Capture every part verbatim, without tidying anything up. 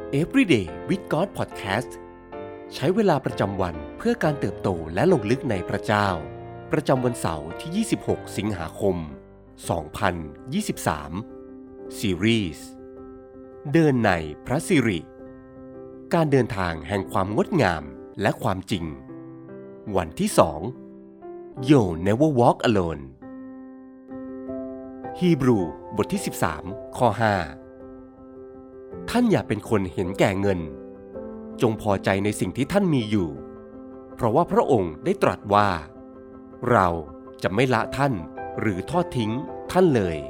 Everyday with God Podcast ใช้เวลาประจำวันเพื่อการเติบโตและลงลึกในพระเจ้าประจำวันเสาร์ที่ยี่สิบหกสิงหาคมสองพันยี่สิบสามซีรีส์เดินในพระสิริการเดินทางแห่งความงดงามและความจริงวันที่สอง You'll Never Walk Alone ฮีบรูบทที่สิบสามข้อห้าท่านอย่าเป็นคนเห็นแก่เงินจงพอใจในสิ่งที่ท่านมีอยู่เพราะว่าพระองค์ได้ตรัสว่าเราจะไม่ละท่านหรือทอดทิ้งท่านเลย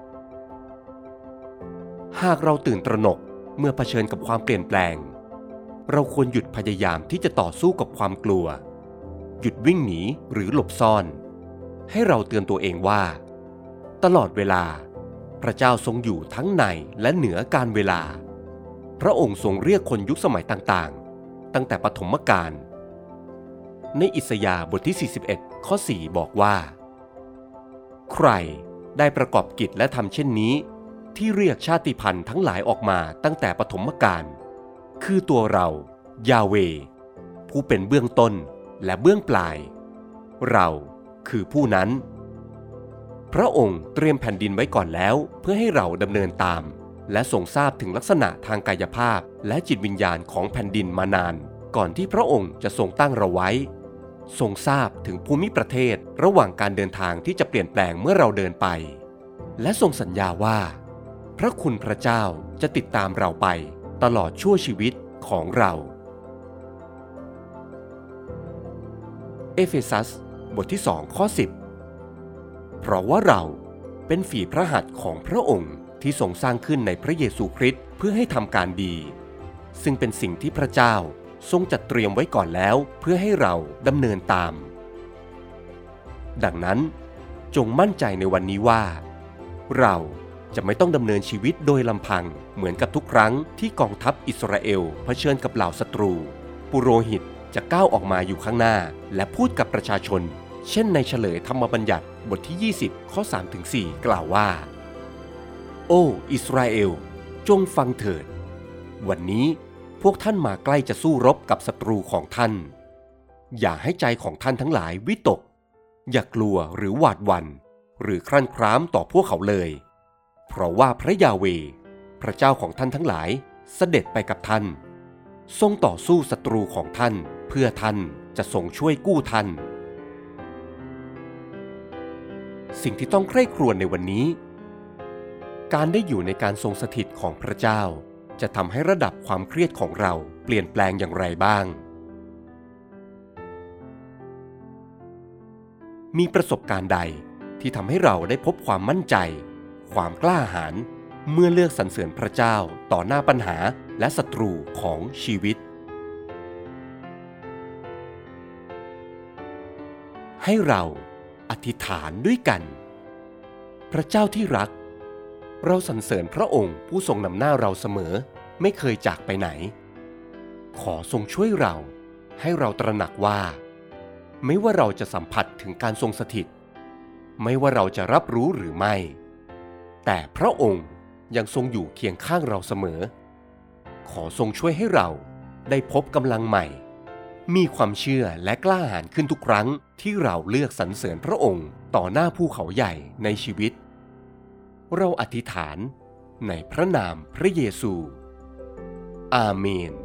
หากเราตื่นตระหนกเมื่อเผชิญกับความเปลี่ยนแปลงเราควรหยุดพยายามที่จะต่อสู้กับความกลัวหยุดวิ่งหนีหรือหลบซ่อนให้เราเตือนตัวเองว่าตลอดเวลาพระเจ้าทรงอยู่ทั้งในและเหนือกาลเวลาพระองค์ทรงเรียกคนยุคสมัยต่างๆตั้งแต่ปฐมกาลในอิสยาห์บทที่สี่สิบเอ็ดข้อสี่บอกว่าใครได้ประกอบกิจและทำเช่นนี้ที่เรียกชาติพันธุ์ทั้งหลายออกมาตั้งแต่ปฐมกาลคือตัวเรายาห์เวห์ผู้เป็นเบื้องต้นและเบื้องปลายเราคือผู้นั้นพระองค์เตรียมแผ่นดินไว้ก่อนแล้วเพื่อให้เราดำเนินตามและทรงทราบถึงลักษณะทางกายภาพและจิตวิญญาณของแผ่นดินมานานก่อนที่พระองค์จะทรงตั้งเราไว้ทรงทราบถึงภูมิประเทศระหว่างการเดินทางที่จะเปลี่ยนแปลงเมื่อเราเดินไปและทรงสัญญาว่าพระคุณพระเจ้าจะติดตามเราไปตลอดชั่วชีวิตของเราเอเฟซัสบทที่สองข้อสิบเพราะว่าเราเป็นฝีพระหัตถ์ของพระองค์ที่ทรงสร้างขึ้นในพระเยซูคริสต์เพื่อให้ทำการดีซึ่งเป็นสิ่งที่พระเจ้าทรงจัดเตรียมไว้ก่อนแล้วเพื่อให้เราดำเนินตามดังนั้นจงมั่นใจในวันนี้ว่าเราจะไม่ต้องดำเนินชีวิตโดยลำพังเหมือนกับทุกครั้งที่กองทัพอิสราเอลเผชิญกับเหล่าศัตรูปุโรหิตจะก้าวออกมาอยู่ข้างหน้าและพูดกับประชาชนเช่นในเฉลยธรรมบัญญัติบทที่ยี่สิบข้อ สามถึงสี่ กล่าวว่าโอ้อิสราเอลจงฟังเถิดวันนี้พวกท่านมาใกล้จะสู้รบกับศัตรูของท่านอย่าให้ใจของท่านทั้งหลายวิตกอย่ากลัวหรือหวาดหวั่นหรือครั่นคร้ามต่อพวกเขาเลยเพราะว่าพระยาห์เวห์พระเจ้าของท่านทั้งหลายเสด็จไปกับท่านทรงต่อสู้ศัตรูของท่านเพื่อท่านจะทรงช่วยกู้ท่านสิ่งที่ต้องใคร่ครวญในวันนี้การได้อยู่ในการทรงสถิตของพระเจ้าจะทำให้ระดับความเครียดของเราเปลี่ยนแปลงอย่างไรบ้างมีประสบการณ์ใดที่ทำให้เราได้พบความมั่นใจความกล้าหาญเมื่อเลือกสรรเสริญพระเจ้าต่อหน้าปัญหาและศัตรูของชีวิตให้เราอธิษฐานด้วยกันพระเจ้าที่รักเราสรรเสริญพระองค์ผู้ทรงนำหน้าเราเสมอไม่เคยจากไปไหนขอทรงช่วยเราให้เราตระหนักว่าไม่ว่าเราจะสัมผัสถึงการทรงสถิตไม่ว่าเราจะรับรู้หรือไม่แต่พระองค์ยังทรงอยู่เคียงข้างเราเสมอขอทรงช่วยให้เราได้พบกำลังใหม่มีความเชื่อและกล้าหาญขึ้นทุกครั้งที่เราเลือกสรรเสริญพระองค์ต่อหน้าภูเขาใหญ่ในชีวิตเราอธิษฐานในพระนามพระเยซูอาเมน